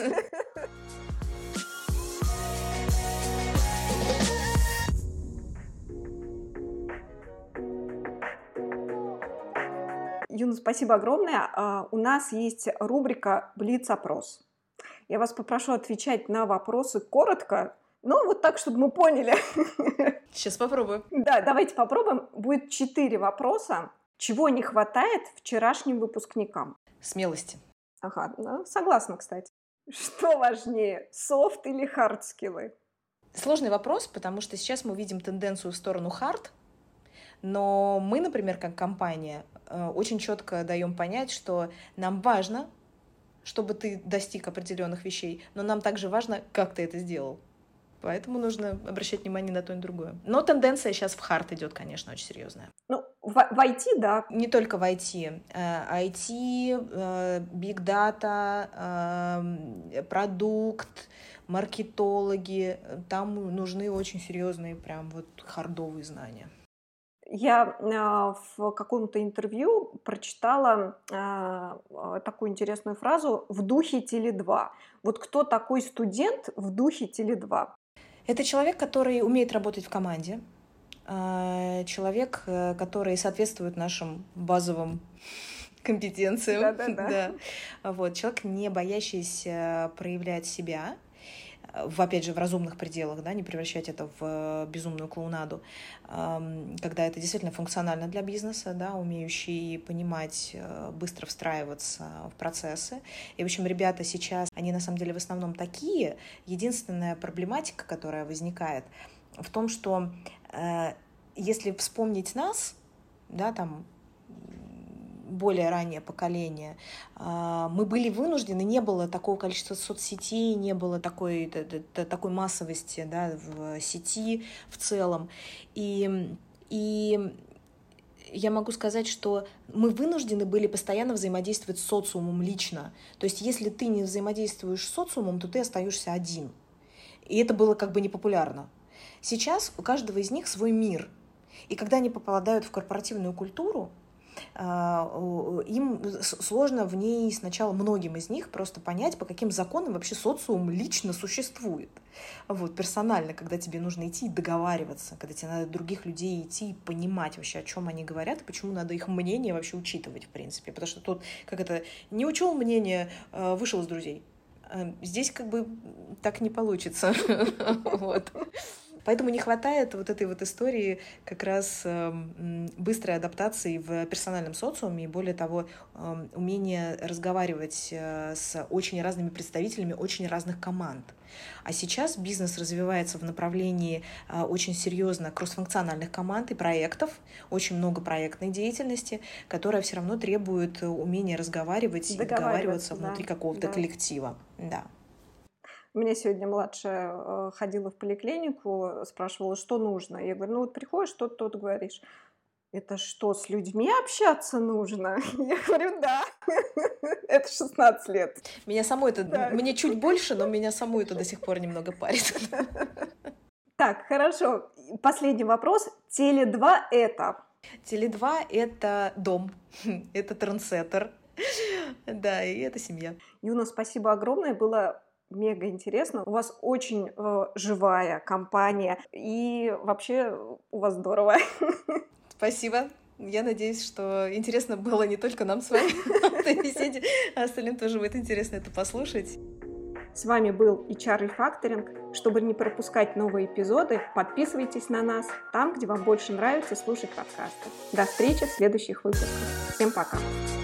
Юна, спасибо огромное. А, У нас есть рубрика «Блиц-опрос». Я вас попрошу отвечать на вопросы коротко, но вот так, чтобы мы поняли. Сейчас попробую. Да, давайте попробуем. Будет четыре вопроса. Чего не хватает вчерашним выпускникам? Смелости. Ага, ну, согласна, кстати. Что важнее, софт или хард-скиллы? Сложный вопрос, потому что сейчас мы видим тенденцию в сторону хард, но мы, например, как компания, очень четко даем понять, что нам важно, чтобы ты достиг определенных вещей, но нам также важно, как ты это сделал. Поэтому нужно обращать внимание на то и на другое. Но тенденция сейчас в хард идет, конечно, очень серьезная. Ну, в, в ай ти, да. Не только в ай ти. ай ти, big data, продукт, маркетологи. Там нужны очень серьезные прям вот хардовые знания. Я э, в каком-то интервью прочитала э, такую интересную фразу «в духе Теле два». Вот кто такой студент в духе Теле два? Это человек, который умеет работать в команде, человек, который соответствует нашим базовым компетенциям. Да-да-да. Да. Вот. Человек, не боящийся проявлять себя, в, опять же, в разумных пределах, да, не превращать это в безумную клоунаду, когда это действительно функционально для бизнеса, да, умеющий понимать, быстро встраиваться в процессы. И, в общем, ребята сейчас, они на самом деле в основном такие. Единственная проблематика, которая возникает, в том, что э, если вспомнить нас, да, там, более раннее поколение, мы были вынуждены, не было такого количества соцсетей, не было такой, такой массовости, да, в сети в целом. И, и я могу сказать, что мы вынуждены были постоянно взаимодействовать с социумом лично. То есть если ты не взаимодействуешь с социумом, то ты остаешься один. И это было как бы непопулярно. Сейчас у каждого из них свой мир. И когда они попадают в корпоративную культуру, им сложно в ней сначала, многим из них, просто понять, по каким законам вообще социум лично существует. Вот, персонально, когда тебе нужно идти и договариваться, когда тебе надо других людей идти и понимать вообще, о чем они говорят, и почему надо их мнение вообще учитывать, в принципе. Потому что тут, как это, не учел мнение, вышел из друзей. Здесь как бы так не получится. Вот. Поэтому не хватает вот этой вот истории как раз быстрой адаптации в персональном социуме и, более того, умения разговаривать с очень разными представителями очень разных команд. А сейчас бизнес развивается в направлении очень серьезно кроссфункциональных команд и проектов, очень много проектной деятельности, которая все равно требует умения разговаривать и договариваться да. внутри какого-то да. коллектива. Да. У меня сегодня младшая ходила в поликлинику, спрашивала, что нужно. Я говорю, ну вот приходишь, что ты тут говоришь. Это что, с людьми общаться нужно? Я говорю, да. Это шестнадцать лет. Меня саму это, да. Мне чуть больше, но меня саму это до сих пор немного парит. Так, хорошо. Последний вопрос. Теле два это? Теле два это дом, это трендсеттер, да, и это семья. Юна, спасибо огромное. Было мега интересно. У вас очень э, живая компания. И вообще у вас здорово. Спасибо. Я надеюсь, что интересно было не только нам с вами в этой беседе, а остальным тоже будет интересно это послушать. С вами был эйч ар Refactoring. Чтобы не пропускать новые эпизоды, подписывайтесь на нас там, где вам больше нравится слушать подкасты. До встречи в следующих выпусках. Всем пока!